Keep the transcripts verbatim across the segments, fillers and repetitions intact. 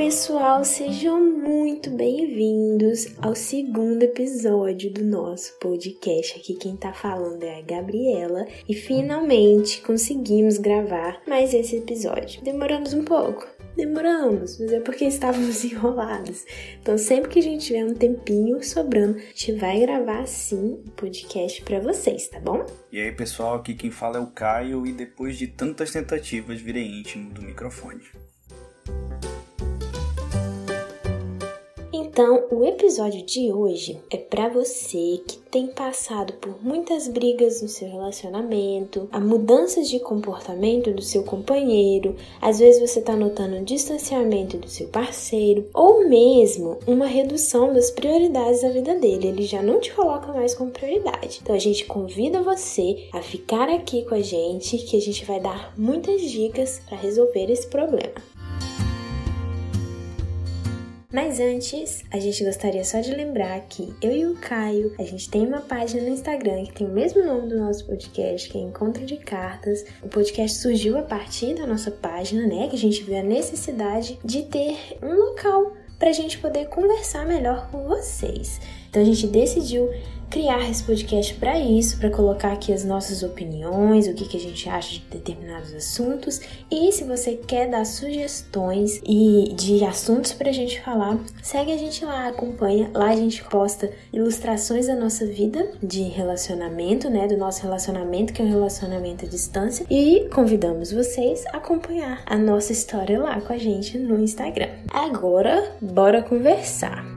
pessoal, sejam muito bem-vindos ao segundo episódio do nosso podcast. Aqui quem tá falando é a Gabriela e finalmente conseguimos gravar mais esse episódio. Demoramos um pouco, demoramos, mas é porque estávamos enrolados. Então sempre que a gente tiver um tempinho sobrando, a gente vai gravar sim o podcast pra vocês, tá bom? E aí pessoal, aqui quem fala é o Caio e depois de tantas tentativas virei íntimo do microfone. Então, o episódio de hoje é pra você que tem passado por muitas brigas no seu relacionamento, a mudanças de comportamento do seu companheiro, às vezes você tá notando um distanciamento do seu parceiro, ou mesmo uma redução das prioridades da vida dele, ele já não te coloca mais como prioridade. Então a gente convida você a ficar aqui com a gente, que a gente vai dar muitas dicas para resolver esse problema. Mas antes, a gente gostaria só de lembrar que eu e o Caio, a gente tem uma página no Instagram que tem o mesmo nome do nosso podcast, que é Encontro de Cartas. O podcast surgiu a partir da nossa página, né? Que a gente viu a necessidade de ter um local pra gente poder conversar melhor com vocês. Então a gente decidiu criar esse podcast para isso, para colocar aqui as nossas opiniões, o que, que a gente acha de determinados assuntos. E se você quer dar sugestões e de assuntos pra gente falar, segue a gente lá, acompanha. Lá a gente posta ilustrações da nossa vida de relacionamento, né? Do nosso relacionamento, que é um relacionamento à distância. E convidamos vocês a acompanhar a nossa história lá com a gente no Instagram. Agora, bora conversar!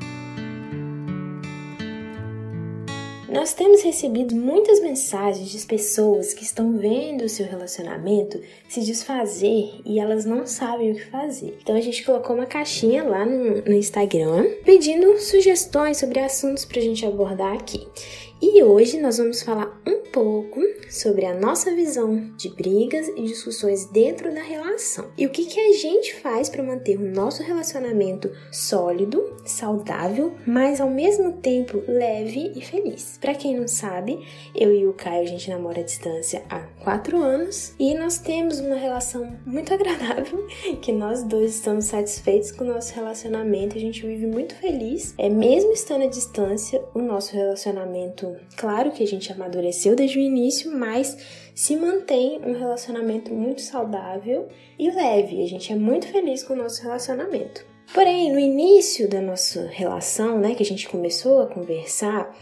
Nós temos recebido muitas mensagens de pessoas que estão vendo o seu relacionamento se desfazer e elas não sabem o que fazer. Então a gente colocou uma caixinha lá no, no Instagram pedindo sugestões sobre assuntos pra gente abordar aqui. E hoje nós vamos falar um pouco sobre a nossa visão de brigas e discussões dentro da relação. E o que, que a gente faz para manter o nosso relacionamento sólido, saudável, mas ao mesmo tempo leve e feliz. Para quem não sabe, eu e o Caio, a gente namora à distância há quatro anos e nós temos uma relação muito agradável, que nós dois estamos satisfeitos com o nosso relacionamento, a gente vive muito feliz. É, mesmo estando à distância, o nosso relacionamento, claro que a gente amadureceu desde o início, mas se mantém um relacionamento muito saudável e leve. A gente é muito feliz com o nosso relacionamento. Porém, no início da nossa relação, né, que a gente começou a conversar,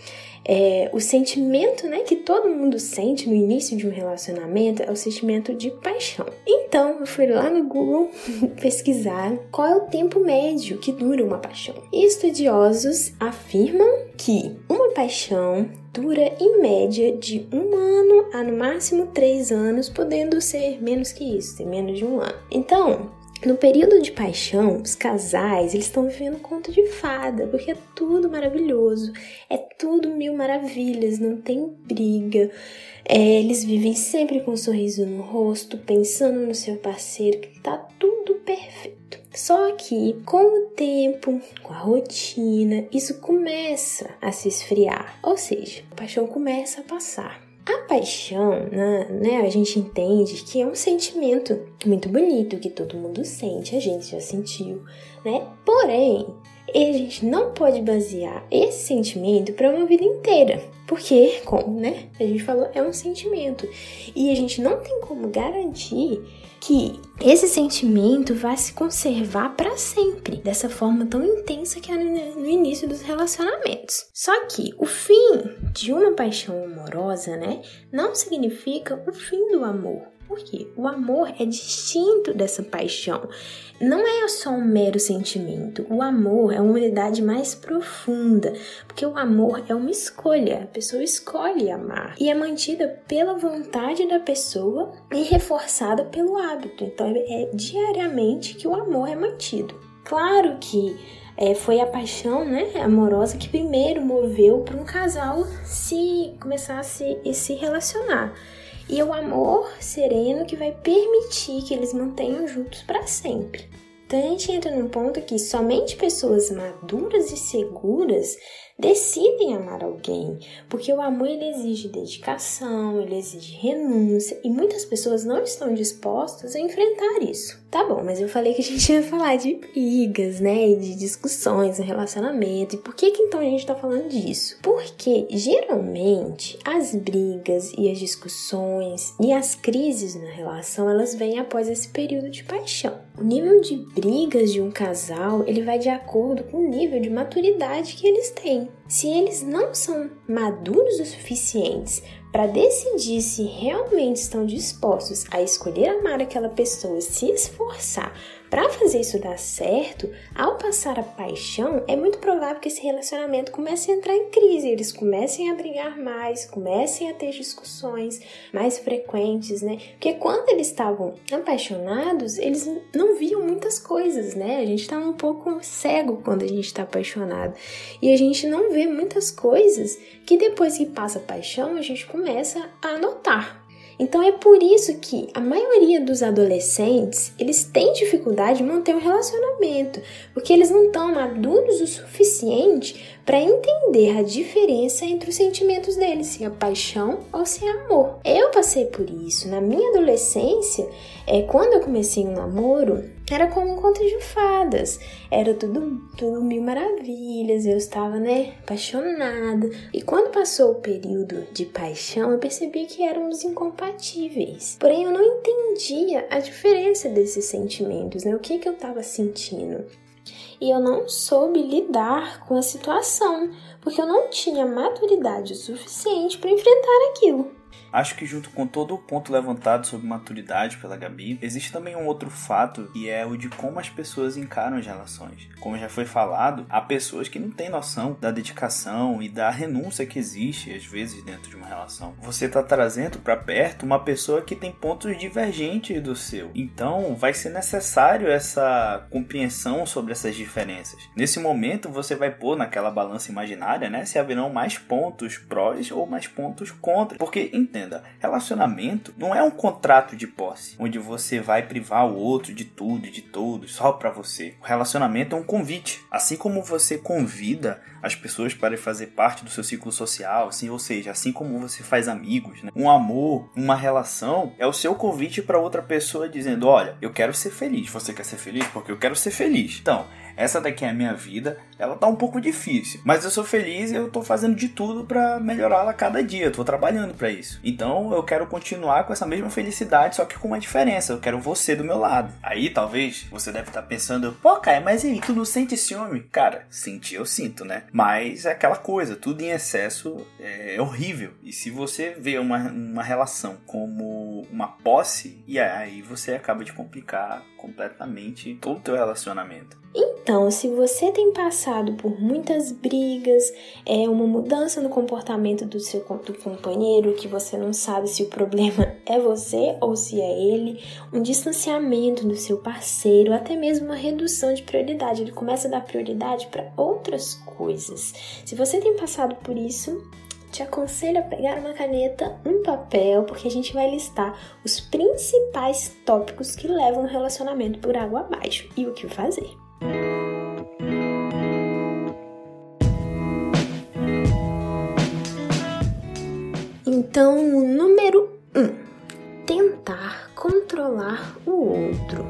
é, o sentimento, né, que todo mundo sente no início de um relacionamento é o sentimento de paixão. Então, eu fui lá no Google pesquisar qual é o tempo médio que dura uma paixão. E estudiosos afirmam que uma paixão dura em média de um ano a no máximo três anos, podendo ser menos que isso, ter menos de um ano. Então, no período de paixão, os casais, eles estão vivendo um conto de fada, porque é tudo maravilhoso, é tudo mil maravilhas, não tem briga, é, eles vivem sempre com um sorriso no rosto, pensando no seu parceiro, que tá tudo perfeito. Só que, com o tempo, com a rotina, isso começa a se esfriar, ou seja, a paixão começa a passar. A paixão, né, a gente entende que é um sentimento muito bonito, que todo mundo sente, a gente já sentiu, né? Porém, a gente não pode basear esse sentimento para uma vida inteira, porque, como, né, a gente falou, é um sentimento. E a gente não tem como garantir que esse sentimento vai se conservar para sempre, dessa forma tão intensa que é no início dos relacionamentos. Só que o fim de uma paixão amorosa, né, não significa o fim do amor. Por quê? O amor é distinto dessa paixão. Não é só um mero sentimento. O amor é uma unidade mais profunda, porque o amor é uma escolha. A pessoa escolhe amar e é mantida pela vontade da pessoa e reforçada pelo hábito. Então é diariamente que o amor é mantido. Claro que É, foi a paixão, né, amorosa que primeiro moveu para um casal se começar a se, a se relacionar. E é o amor sereno que vai permitir que eles mantenham juntos para sempre. Então a gente entra num ponto que somente pessoas maduras e seguras decidem amar alguém, porque o amor ele exige dedicação, ele exige renúncia, e muitas pessoas não estão dispostas a enfrentar isso. Tá bom, mas eu falei que a gente ia falar de brigas, né, e de discussões no relacionamento, e por que que então a gente tá falando disso? Porque, geralmente, as brigas e as discussões e as crises na relação, elas vêm após esse período de paixão. O nível de brigas de um casal, ele vai de acordo com o nível de maturidade que eles têm. Se eles não são maduros o suficientes para decidir se realmente estão dispostos a escolher amar aquela pessoa, se esforçar para fazer isso dar certo, ao passar a paixão, é muito provável que esse relacionamento comece a entrar em crise, eles comecem a brigar mais, comecem a ter discussões mais frequentes, né? Porque quando eles estavam apaixonados, eles não viam muitas coisas, né? A gente tá um pouco cego quando a gente tá apaixonado. E a gente não vê muitas coisas que depois que passa a paixão, a gente começa a notar. Então é por isso que a maioria dos adolescentes, eles têm dificuldade de manter um relacionamento, porque eles não estão maduros o suficiente para entender a diferença entre os sentimentos deles, se é paixão ou se é amor. Eu passei por isso. Na minha adolescência, é, quando eu comecei um namoro, era como um conto de fadas. Era tudo, tudo mil maravilhas, eu estava, né, apaixonada. E quando passou o período de paixão, eu percebi que éramos incompatíveis. Porém, eu não entendia a diferença desses sentimentos, né, o que, que eu estava sentindo. E eu não soube lidar com a situação, porque eu não tinha maturidade suficiente para enfrentar aquilo. Acho que junto com todo o ponto levantado sobre maturidade pela Gabi, existe também um outro fato, que é o de como as pessoas encaram as relações. Como já foi falado, há pessoas que não têm noção da dedicação e da renúncia que existe, às vezes, dentro de uma relação. Você está trazendo para perto uma pessoa que tem pontos divergentes do seu. Então, vai ser necessário essa compreensão sobre essas diferenças. Nesse momento, você vai pôr naquela balança imaginária, né, se haverão mais pontos prós ou mais pontos contra. Porque, entenda, relacionamento não é um contrato de posse, onde você vai privar o outro de tudo e de todos só pra você. O relacionamento é um convite. Assim como você convida as pessoas para fazer parte do seu ciclo social, assim, ou seja, assim como você faz amigos, né? Um amor, uma relação, é o seu convite para outra pessoa dizendo, olha, eu quero ser feliz. Você quer ser feliz? Porque eu quero ser feliz. Então, essa daqui é a minha vida, ela tá um pouco difícil, mas eu sou feliz e eu tô fazendo de tudo pra melhorá-la cada dia, eu tô trabalhando pra isso. Então eu quero continuar com essa mesma felicidade, só que com uma diferença, eu quero você do meu lado. Aí talvez você deve estar pensando, pô, Caio, mas aí, tu não sente ciúme? Cara, sentir eu sinto, né? Mas é aquela coisa, tudo em excesso é horrível. E se você vê uma, uma relação como uma posse, e aí você acaba de complicar completamente todo o teu relacionamento. Então, se você tem passado por muitas brigas, é uma mudança no comportamento do seu do companheiro, que você não sabe se o problema é você ou se é ele, um distanciamento do seu parceiro, até mesmo uma redução de prioridade, ele começa a dar prioridade para outras coisas. Se você tem passado por isso, te aconselho a pegar uma caneta, um papel, porque a gente vai listar os principais tópicos que levam o relacionamento por água abaixo e o que fazer. Então, o número um, tentar controlar o outro.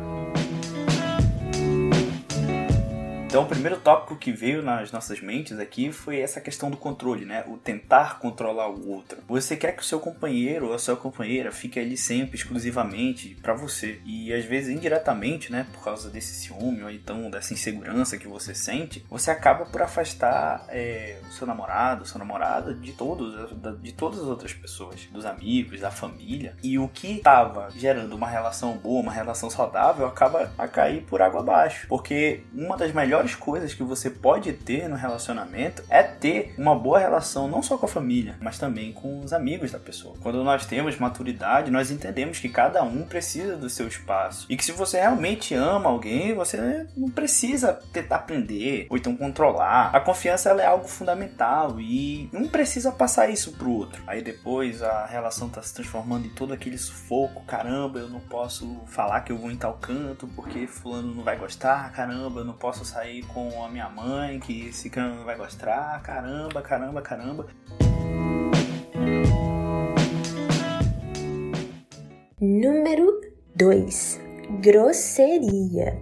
Então, o primeiro tópico que veio nas nossas mentes aqui foi essa questão do controle, né? O tentar controlar o outro. Você quer que o seu companheiro ou a sua companheira fique ali sempre, exclusivamente pra você. E às vezes, indiretamente, né? Por causa desse ciúme ou então dessa insegurança que você sente, você acaba por afastar é, o seu namorado, sua namorada de, todos, de todas as outras pessoas, dos amigos, da família. E o que estava gerando uma relação boa, uma relação saudável, acaba a cair por água abaixo. Porque uma das melhores coisas que você pode ter no relacionamento é ter uma boa relação não só com a família, mas também com os amigos da pessoa. Quando nós temos maturidade, nós entendemos que cada um precisa do seu espaço e que se você realmente ama alguém, você não precisa tentar aprender ou então controlar. A confiança ela é algo fundamental e não precisa passar isso pro outro. Aí depois a relação tá se transformando em todo aquele sufoco. Caramba, eu não posso falar que eu vou em tal canto porque fulano não vai gostar. Caramba, eu não posso sair sair com a minha mãe, que esse cara não vai gostar, caramba, caramba, caramba. Número dois. Grosseria.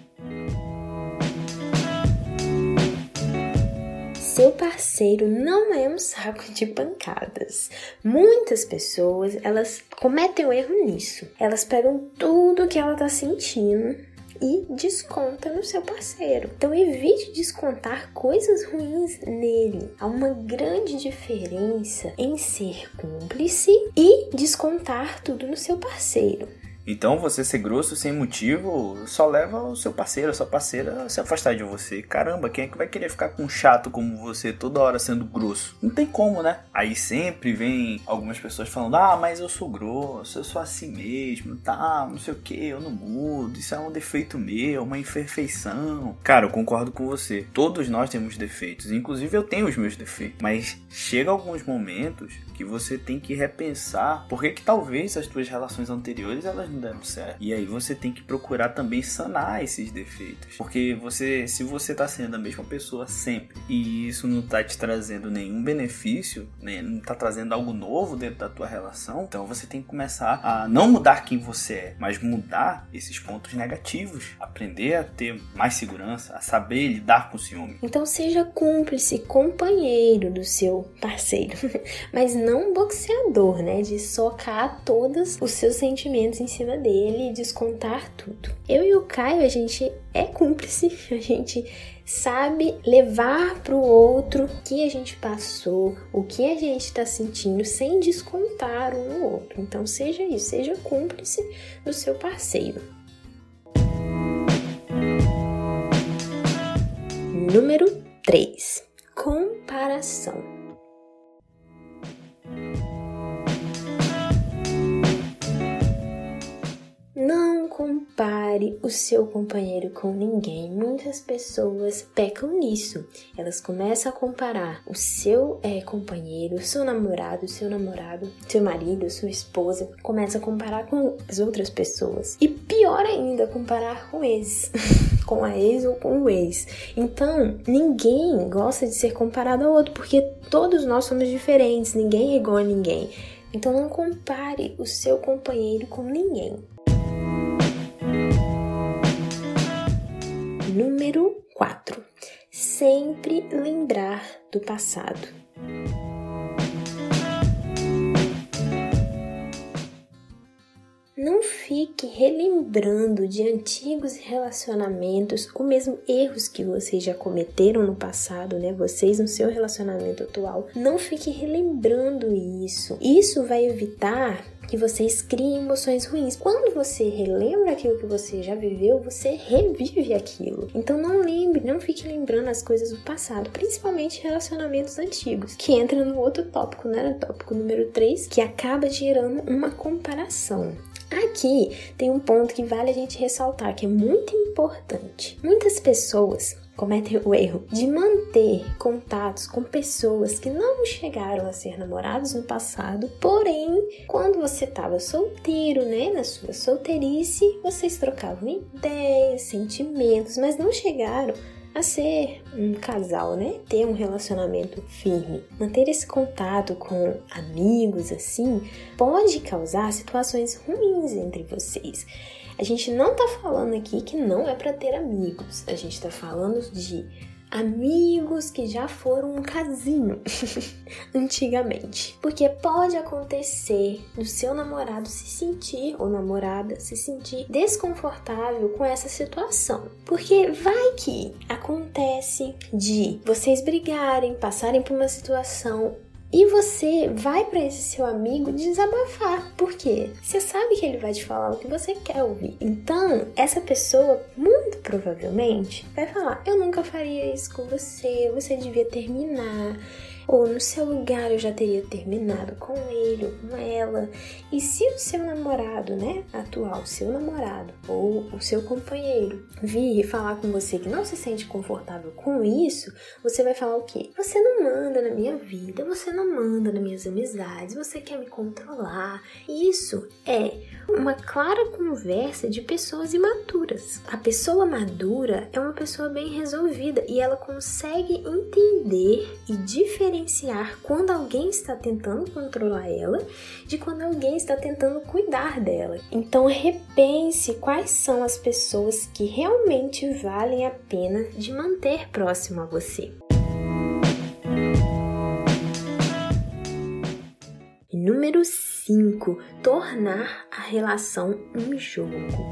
Seu parceiro não é um saco de pancadas. Muitas pessoas, elas cometem um erro nisso. Elas pegam tudo que ela tá sentindo e desconta no seu parceiro. Então evite descontar coisas ruins nele. Há uma grande diferença em ser cúmplice e descontar tudo no seu parceiro. Então você ser grosso sem motivo só leva o seu parceiro, a sua parceira a se afastar de você. Caramba, quem é que vai querer ficar com um chato como você toda hora sendo grosso? Não tem como, né? Aí sempre vem algumas pessoas falando: ah, mas eu sou grosso, eu sou assim mesmo, tá, não sei o que, eu não mudo, isso é um defeito meu, uma imperfeição. Cara, eu concordo com você. Todos nós temos defeitos, inclusive eu tenho os meus defeitos. Mas chega alguns momentos que você tem que repensar porque que talvez as tuas relações anteriores elas não deram certo. E aí você tem que procurar também sanar esses defeitos. Porque você, se você tá sendo a mesma pessoa sempre e isso não tá te trazendo nenhum benefício, né, não tá trazendo algo novo dentro da tua relação, então você tem que começar a não mudar quem você é, mas mudar esses pontos negativos. Aprender a ter mais segurança, a saber lidar com o ciúme. Então seja cúmplice, companheiro do seu parceiro, mas não um boxeador, né, de socar todos os seus sentimentos em cima dele e descontar tudo. Eu e o Caio, a gente é cúmplice, a gente sabe levar pro outro o que a gente passou, o que a gente tá sentindo, sem descontar um no outro. Então seja isso, seja cúmplice do seu parceiro. Número três. Comparação. Não compare o seu companheiro com ninguém. Muitas pessoas pecam nisso. Elas começam a comparar o seu é, companheiro, o seu namorado, o seu namorado, seu marido, sua esposa. Começa a comparar com as outras pessoas. E pior ainda, comparar com ex. Com a ex ou com o ex. Então, ninguém gosta de ser comparado ao outro, porque todos nós somos diferentes. Ninguém é igual a ninguém. Então, não compare o seu companheiro com ninguém. Número quatro. Sempre lembrar do passado. Não fique relembrando de antigos relacionamentos ou mesmo erros que vocês já cometeram no passado, né? Vocês no seu relacionamento atual. Não fique relembrando isso. Isso vai evitar que vocês criem emoções ruins. Quando você relembra aquilo que você já viveu, você revive aquilo. Então não lembre, não fique lembrando as coisas do passado, principalmente relacionamentos antigos, que entra no outro tópico, né? No tópico número três, que acaba gerando uma comparação. Aqui tem um ponto que vale a gente ressaltar, que é muito importante. Muitas pessoas cometem o erro de manter contatos com pessoas que não chegaram a ser namorados no passado, porém, quando você estava solteiro, né, na sua solteirice, vocês trocavam ideias, sentimentos, mas não chegaram a ser um casal, né? Ter um relacionamento firme. Manter esse contato com amigos, assim, pode causar situações ruins entre vocês. A gente não tá falando aqui que não é para ter amigos. A gente tá falando de amigos que já foram um casinho antigamente. Porque pode acontecer do seu namorado se sentir, ou namorada se sentir desconfortável com essa situação. Porque vai que acontece de vocês brigarem, passarem por uma situação e você vai para esse seu amigo desabafar. Por quê? Você sabe que ele vai te falar o que você quer ouvir. Então, essa pessoa, muito provavelmente, vai falar: eu nunca faria isso com você, você devia terminar. Ou no seu lugar eu já teria terminado com ele ou com ela. E se o seu namorado, né, atual, o seu namorado ou o seu companheiro vir falar com você que não se sente confortável com isso, você vai falar o quê? Você não manda na minha vida, você não manda nas minhas amizades, você quer me controlar. Isso é uma clara conversa de pessoas imaturas. A pessoa madura é uma pessoa bem resolvida e ela consegue entender e diferenciar quando alguém está tentando controlar ela de quando alguém está tentando cuidar dela. Então repense quais são as pessoas que realmente valem a pena de manter próximo a você. Número cinco. Tornar a relação um jogo.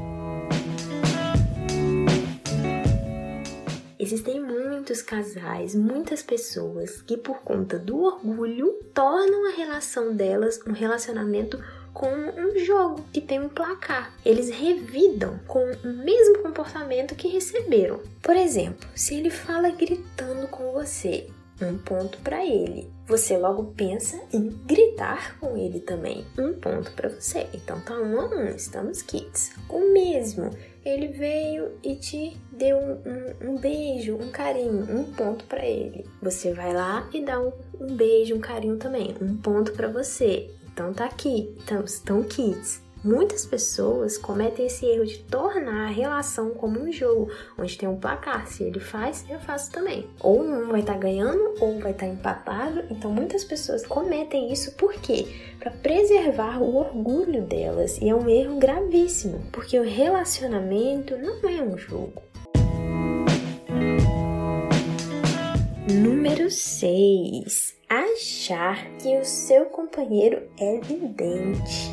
Existem muitos casais, muitas pessoas que por conta do orgulho tornam a relação delas um relacionamento como um jogo que tem um placar. Eles revidam com o mesmo comportamento que receberam. Por exemplo, se ele fala gritando com você, um ponto para ele. Você logo pensa em gritar com ele também. Um ponto para você. Então tá um a um, estamos quites. O mesmo, ele veio e te deu um, um, um beijo, um carinho, um ponto para ele. Você vai lá e dá um, um beijo, um carinho também. Um ponto para você. Então tá aqui, então, estão quites. Muitas pessoas cometem esse erro de tornar a relação como um jogo, onde tem um placar. Se ele faz, eu faço também. Ou um vai estar ganhando, ou vai estar empatado. Então muitas pessoas cometem isso por quê? Para preservar o orgulho delas. E é um erro gravíssimo, porque o relacionamento não é um jogo. Número seis. Achar que o seu companheiro é vidente.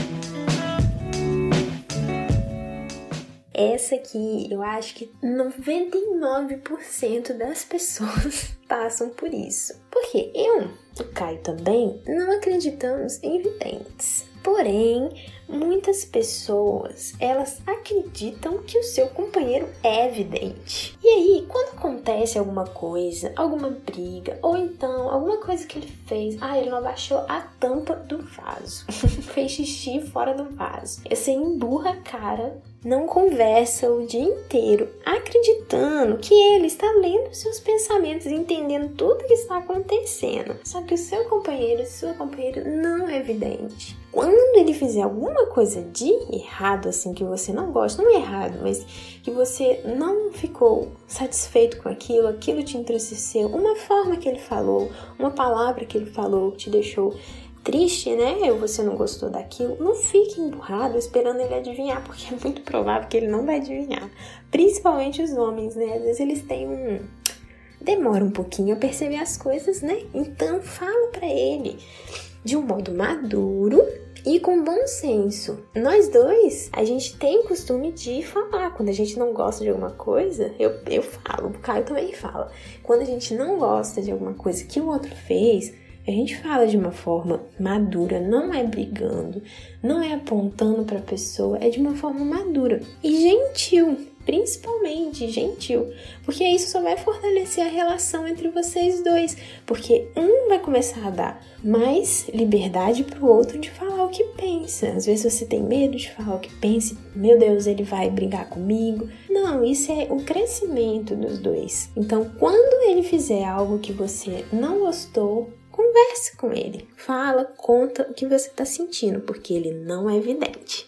Essa aqui, eu acho que noventa e nove por cento das pessoas passam por isso. Porque eu, o Caio também, não acreditamos em videntes. Porém, muitas pessoas, elas acreditam que o seu companheiro é vidente. E aí, quando acontece alguma coisa, alguma briga, ou então alguma coisa que ele fez, ah, ele não abaixou a tampa do vaso, fez xixi fora do vaso. Você emburra a cara, não conversa o dia inteiro, acreditando que ele está lendo seus pensamentos e entendendo tudo que está acontecendo. Só que o seu companheiro, sua companheira, não é vidente. Quando ele fizer alguma coisa de errado, assim, que você não gosta, não é errado, mas que você não ficou satisfeito com aquilo, aquilo te entristeceu, uma forma que ele falou, uma palavra que ele falou te deixou triste, né? Ou você não gostou daquilo, não fique emburrado esperando ele adivinhar, porque é muito provável que ele não vai adivinhar. Principalmente os homens, né? Às vezes eles têm um... demora um pouquinho a perceber as coisas, né? Então fala pra ele de um modo maduro e com bom senso. Nós dois, a gente tem costume de falar. Quando a gente não gosta de alguma coisa, eu, eu falo, o Caio também fala. Quando a gente não gosta de alguma coisa que o outro fez, a gente fala de uma forma madura, não é brigando, não é apontando para a pessoa, é de uma forma madura e gentil. Principalmente gentil, porque isso só vai fortalecer a relação entre vocês dois, porque um vai começar a dar mais liberdade pro outro de falar o que pensa. Às vezes você tem medo de falar o que pensa, meu Deus, ele vai brigar comigo. Não, isso é o crescimento dos dois. Então, quando ele fizer algo que você não gostou, converse com ele, fala, conta o que você está sentindo, porque ele não é vidente.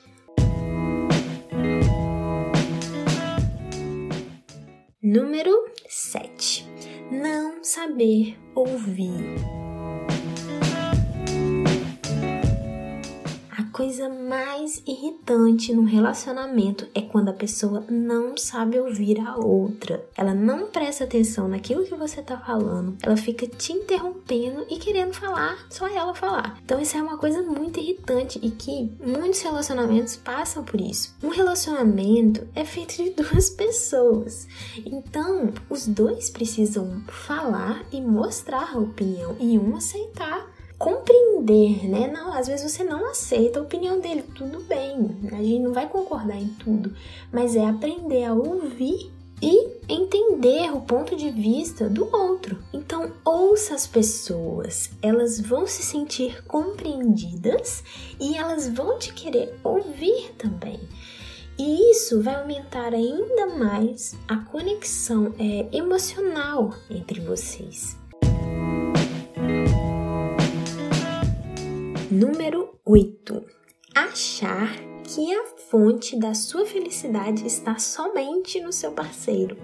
Número sete. Não saber ouvir. A coisa mais irritante no relacionamento é quando a pessoa não sabe ouvir a outra. Ela não presta atenção naquilo que você tá falando. Ela fica te interrompendo e querendo falar, só ela falar. Então isso é uma coisa muito irritante e que muitos relacionamentos passam por isso. Um relacionamento é feito de duas pessoas. Então os dois precisam falar e mostrar a opinião e um aceitar. Compreender, né? Não, às vezes você não aceita a opinião dele, tudo bem, a gente não vai concordar em tudo, mas é aprender a ouvir e entender o ponto de vista do outro. Então, ouça as pessoas, elas vão se sentir compreendidas e elas vão te querer ouvir também. E isso vai aumentar ainda mais a conexão é, emocional entre vocês. Número oito. Achar que a fonte da sua felicidade está somente no seu parceiro.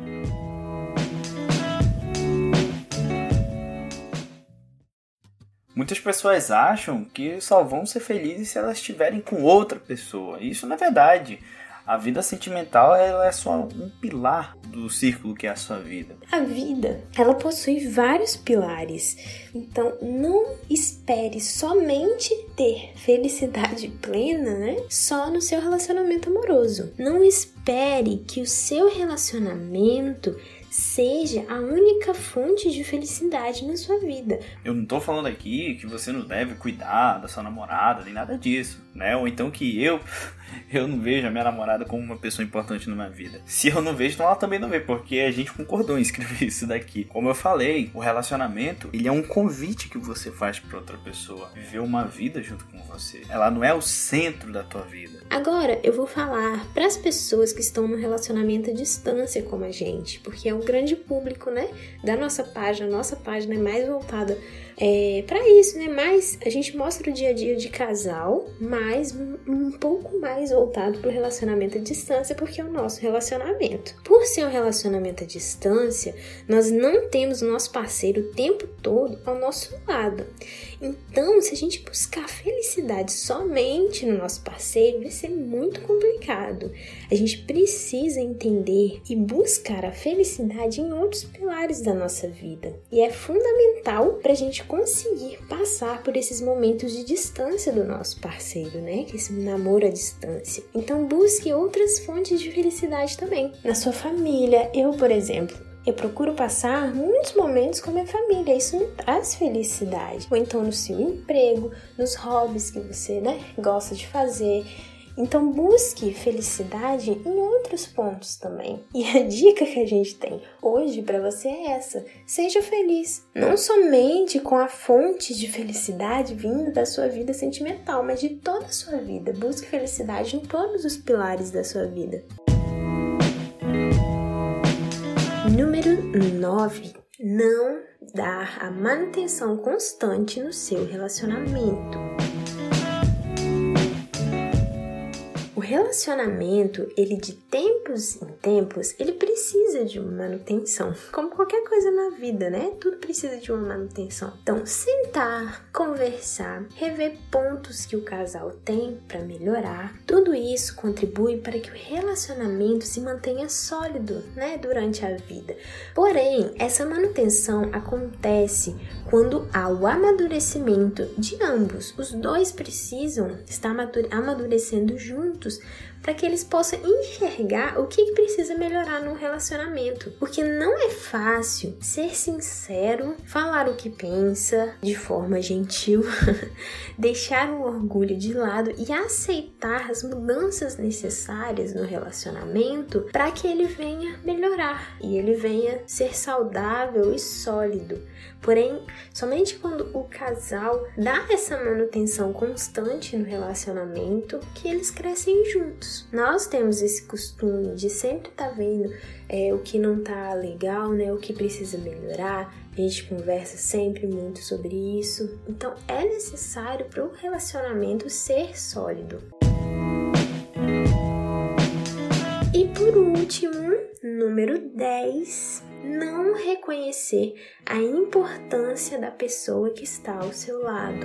Muitas pessoas acham que só vão ser felizes se elas estiverem com outra pessoa. Isso não é verdade. A vida sentimental ela é só um pilar do círculo que é a sua vida. A vida, ela possui vários pilares. Então, não espere somente ter felicidade plena, né? Só no seu relacionamento amoroso. Não espere que o seu relacionamento seja a única fonte de felicidade na sua vida. Eu não tô falando aqui que você não deve cuidar da sua namorada, nem nada disso, né? Ou então que eu, eu não vejo a minha namorada como uma pessoa importante na minha vida. Se eu não vejo, então ela também não vê, porque a gente concordou em escrever isso daqui. Como eu falei, o relacionamento, ele é um convite que você faz pra outra pessoa viver uma vida junto com você. Ela não é o centro da tua vida. Agora, eu vou falar para as pessoas que estão no relacionamento à distância como a gente, porque é um grande público, né, da nossa página. A nossa página é mais voltada é, para isso, né, mas a gente mostra o dia a dia de casal, mas um pouco mais voltado para o relacionamento à distância, porque é o nosso relacionamento. Por ser um relacionamento à distância, nós não temos o nosso parceiro o tempo todo ao nosso lado. Então, se a gente buscar felicidade somente no nosso parceiro, vai ser muito complicado. A gente precisa entender e buscar a felicidade em outros pilares da nossa vida. E é fundamental para a gente conseguir passar por esses momentos de distância do nosso parceiro, né? Esse namoro à distância. Então, busque outras fontes de felicidade também. Na sua família, eu, por exemplo, eu procuro passar muitos momentos com a minha família, isso me traz felicidade. Ou então no seu emprego, nos hobbies que você, né, gosta de fazer. Então busque felicidade em outros pontos também. E a dica que a gente tem hoje para você é essa: seja feliz. Não somente com a fonte de felicidade vinda da sua vida sentimental, mas de toda a sua vida. Busque felicidade em todos os pilares da sua vida. Número nove. Não dar a manutenção constante no seu relacionamento. O relacionamento, ele de tempos em tempos, ele precisa de uma manutenção. Como qualquer coisa na vida, né? Tudo precisa de uma manutenção. Então, sentar, conversar, rever pontos que o casal tem para melhorar. Tudo isso contribui para que o relacionamento se mantenha sólido, né? Durante a vida. Porém, essa manutenção acontece quando há o amadurecimento de ambos. Os dois precisam estar amadurecendo juntos para que eles possam enxergar o que precisa melhorar no relacionamento. Porque não é fácil ser sincero, falar o que pensa de forma gentil, deixar o orgulho de lado e aceitar as mudanças necessárias no relacionamento para que ele venha melhorar e ele venha ser saudável e sólido. Porém, somente quando o casal dá essa manutenção constante no relacionamento que eles crescem juntos. Nós temos esse costume de sempre estar tá vendo é, o que não tá legal, né? O que precisa melhorar. A gente conversa sempre muito sobre isso. Então, é necessário para o relacionamento ser sólido. E por último, número dez, não reconhecer a importância da pessoa que está ao seu lado.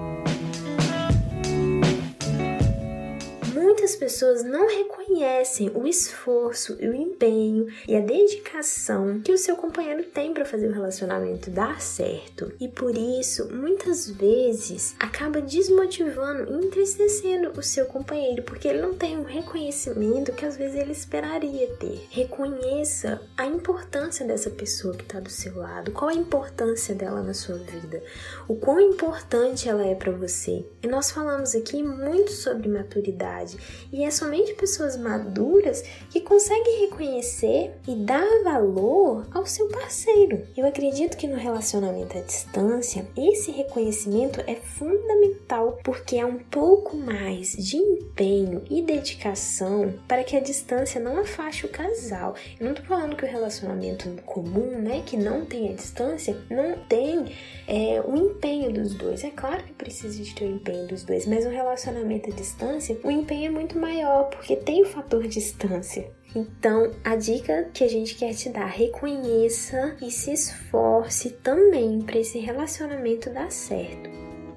Muitas pessoas não reconhecem o esforço e o empenho e a dedicação que o seu companheiro tem para fazer o relacionamento dar certo. E por isso, muitas vezes, acaba desmotivando e entristecendo o seu companheiro, porque ele não tem um reconhecimento que às vezes ele esperaria ter. Reconheça a importância dessa pessoa que está do seu lado, qual a importância dela na sua vida, o quão importante ela é para você. E nós falamos aqui muito sobre maturidade. maturidade. E é somente pessoas maduras que conseguem reconhecer e dar valor ao seu parceiro. Eu acredito que no relacionamento à distância, esse reconhecimento é fundamental, porque há um pouco mais de empenho e dedicação para que a distância não afaste o casal. Eu não tô falando que o relacionamento comum, né, que não tem a distância, não tem é, o empenho dos dois. É claro que precisa de ter o empenho dos dois, mas um relacionamento à distância, o empenho é muito maior, porque tem o fator distância. Então, a dica que a gente quer te dar, reconheça e se esforce também para esse relacionamento dar certo.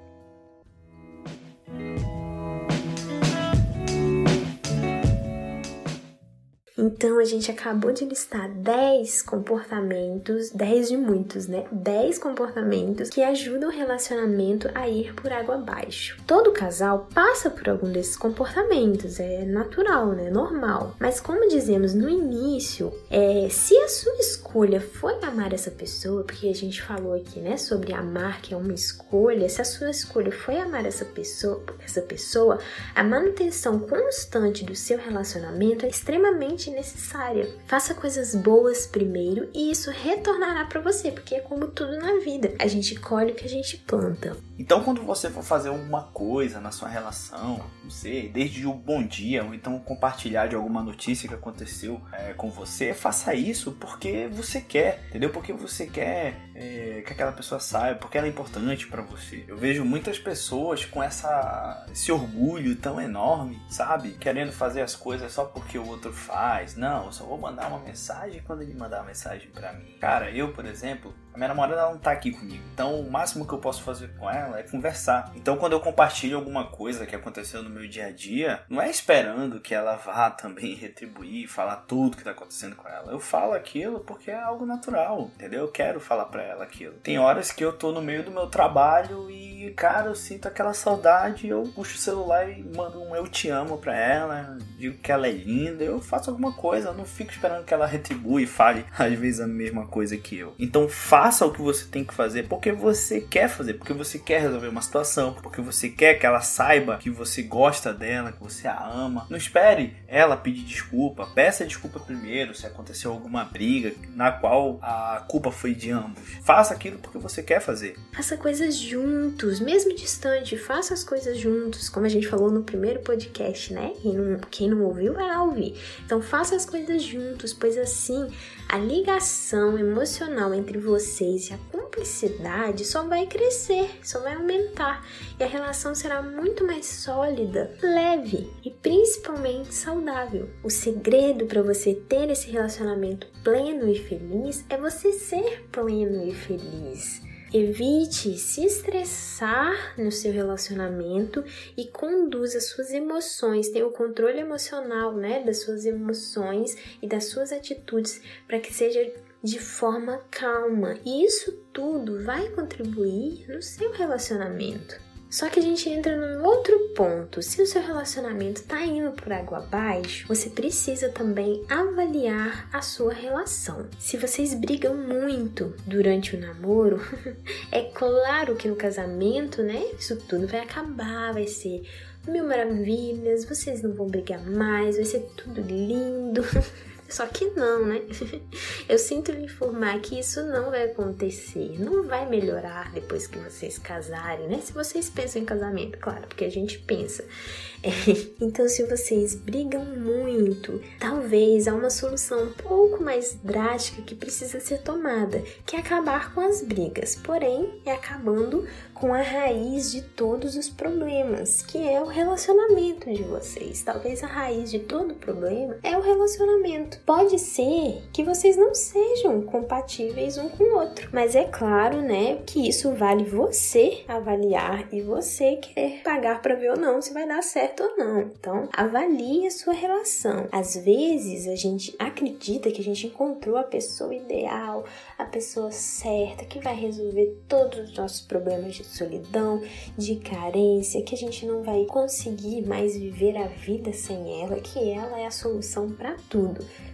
Então, a gente acabou de listar dez comportamentos, dez de muitos, né? dez comportamentos que ajudam o relacionamento a ir por água abaixo. Todo casal passa por algum desses comportamentos, é natural, né? Normal. Mas como dizemos no início, é, se a sua escolha foi amar essa pessoa, porque a gente falou aqui, né, sobre amar, que é uma escolha, se a sua escolha foi amar essa pessoa, essa pessoa, a manutenção constante do seu relacionamento é extremamente necessária. Faça coisas boas primeiro e isso retornará para você, porque é como tudo na vida. A gente colhe o que a gente planta. Então, quando você for fazer alguma coisa na sua relação, não sei, desde o bom dia, ou então compartilhar de alguma notícia que aconteceu é, com você, faça isso porque você quer, entendeu? Porque você quer é, que aquela pessoa saiba, porque ela é importante para você. Eu vejo muitas pessoas com essa, esse orgulho tão enorme, sabe? Querendo fazer as coisas só porque o outro faz. Não, eu só vou mandar uma mensagem quando ele mandar uma mensagem pra mim. Cara, eu, por exemplo, a minha namorada ela não tá aqui comigo. Então, o máximo que eu posso fazer com ela é conversar. Então, quando eu compartilho alguma coisa que aconteceu no meu dia a dia, não é esperando que ela vá também retribuir, falar tudo que tá acontecendo com ela. Eu falo aquilo porque é algo natural, entendeu? Eu quero falar pra ela aquilo. Tem horas que eu tô no meio do meu trabalho e, cara, eu sinto aquela saudade, eu puxo o celular e mando um eu te amo pra ela, digo que ela é linda, eu faço alguma coisa, eu não fico esperando que ela retribua e fale, às vezes, a mesma coisa que eu. Então, faça o que você tem que fazer porque você quer fazer, porque você quer resolver uma situação, porque você quer que ela saiba que você gosta dela, que você a ama. Não espere ela pedir desculpa, peça desculpa primeiro se aconteceu alguma briga na qual a culpa foi de ambos. Faça aquilo porque você quer fazer. Faça coisas juntos, mesmo distante, faça as coisas juntos, como a gente falou no primeiro podcast, né? Quem não, quem não ouviu, vai lá ouvir. Então, faça as coisas juntos, pois assim, a ligação emocional entre vocês e a cumplicidade só vai crescer, só vai aumentar. E a relação será muito mais sólida, leve e principalmente saudável. O segredo para você ter esse relacionamento pleno e feliz é você ser pleno e feliz. Evite se estressar no seu relacionamento e conduza suas emoções, tenha o controle emocional, né, das suas emoções e das suas atitudes para que seja de forma calma. E isso tudo vai contribuir no seu relacionamento. Só que a gente entra num outro ponto. Se o seu relacionamento tá indo por água abaixo, você precisa também avaliar a sua relação. Se vocês brigam muito durante o namoro, é claro que no casamento, né, isso tudo vai acabar, vai ser mil maravilhas, vocês não vão brigar mais, vai ser tudo lindo. Só que não, né? Eu sinto lhe informar que isso não vai acontecer, não vai melhorar depois que vocês casarem, né? Se vocês pensam em casamento, claro, porque a gente pensa. É, então, se vocês brigam muito, talvez há uma solução um pouco mais drástica que precisa ser tomada, que é acabar com as brigas. Porém, é acabando com a raiz de todos os problemas, que é o relacionamento de vocês. Talvez a raiz de todo problema é o relacionamento. Pode ser que vocês não sejam compatíveis um com o outro, mas é claro, né, que isso vale você avaliar e você querer pagar para ver ou não se vai dar certo ou não. Então, avalie a sua relação. Às vezes, a gente acredita que a gente encontrou a pessoa ideal, a pessoa certa, que vai resolver todos os nossos problemas de solidão, de carência, que a gente não vai conseguir mais viver a vida sem ela, que ela é a solução para tudo.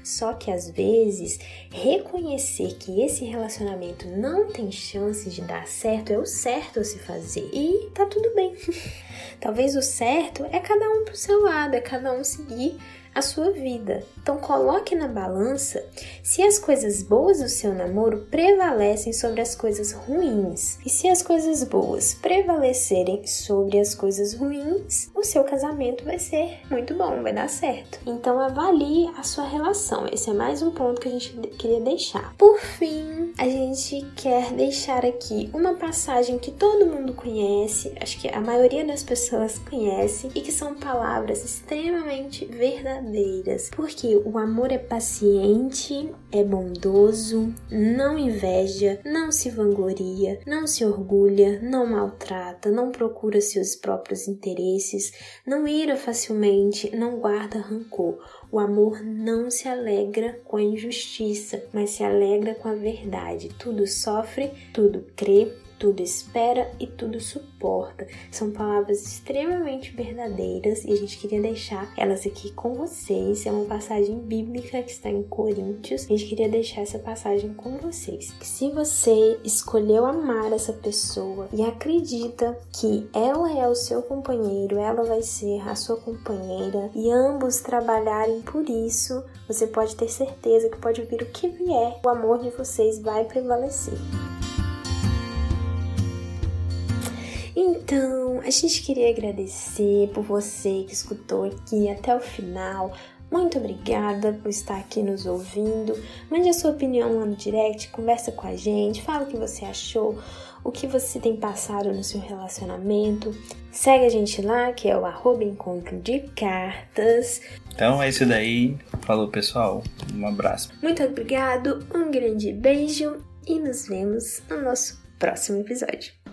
Só que às vezes, reconhecer que esse relacionamento não tem chance de dar certo é o certo a se fazer. E tá tudo bem. Talvez o certo é cada um pro seu lado, é cada um seguir a sua vida. Então coloque na balança se as coisas boas do seu namoro prevalecem sobre as coisas ruins. E se as coisas boas prevalecerem sobre as coisas ruins, o seu casamento vai ser muito bom, vai dar certo. Então avalie a sua relação. Esse é mais um ponto que a gente queria deixar. Por fim, a gente quer deixar aqui uma passagem que todo mundo conhece, acho que a maioria das pessoas conhece, e que são palavras extremamente verdadeiras. Porque o amor é paciente, é bondoso, não inveja, não se vangloria, não se orgulha, não maltrata, não procura seus próprios interesses, não ira facilmente, não guarda rancor. O amor não se alegra com a injustiça, mas se alegra com a verdade. Tudo sofre, tudo crê, tudo espera e tudo suporta. São palavras extremamente verdadeiras e a gente queria deixar elas aqui com vocês. É uma passagem bíblica que está em Coríntios. A gente queria deixar essa passagem com vocês. Se você escolheu amar essa pessoa e acredita que ela é o seu companheiro, ela vai ser a sua companheira e ambos trabalharem por isso, você pode ter certeza que pode vir o que vier, o amor de vocês vai prevalecer. Então, a gente queria agradecer por você que escutou aqui até o final. Muito obrigada por estar aqui nos ouvindo. Mande a sua opinião lá no direct, conversa com a gente, fala o que você achou, o que você tem passado no seu relacionamento. Segue a gente lá, que é o arroba encontro de cartas. Então é isso daí. Falou, pessoal. Um abraço. Muito obrigado, um grande beijo e nos vemos no nosso próximo episódio.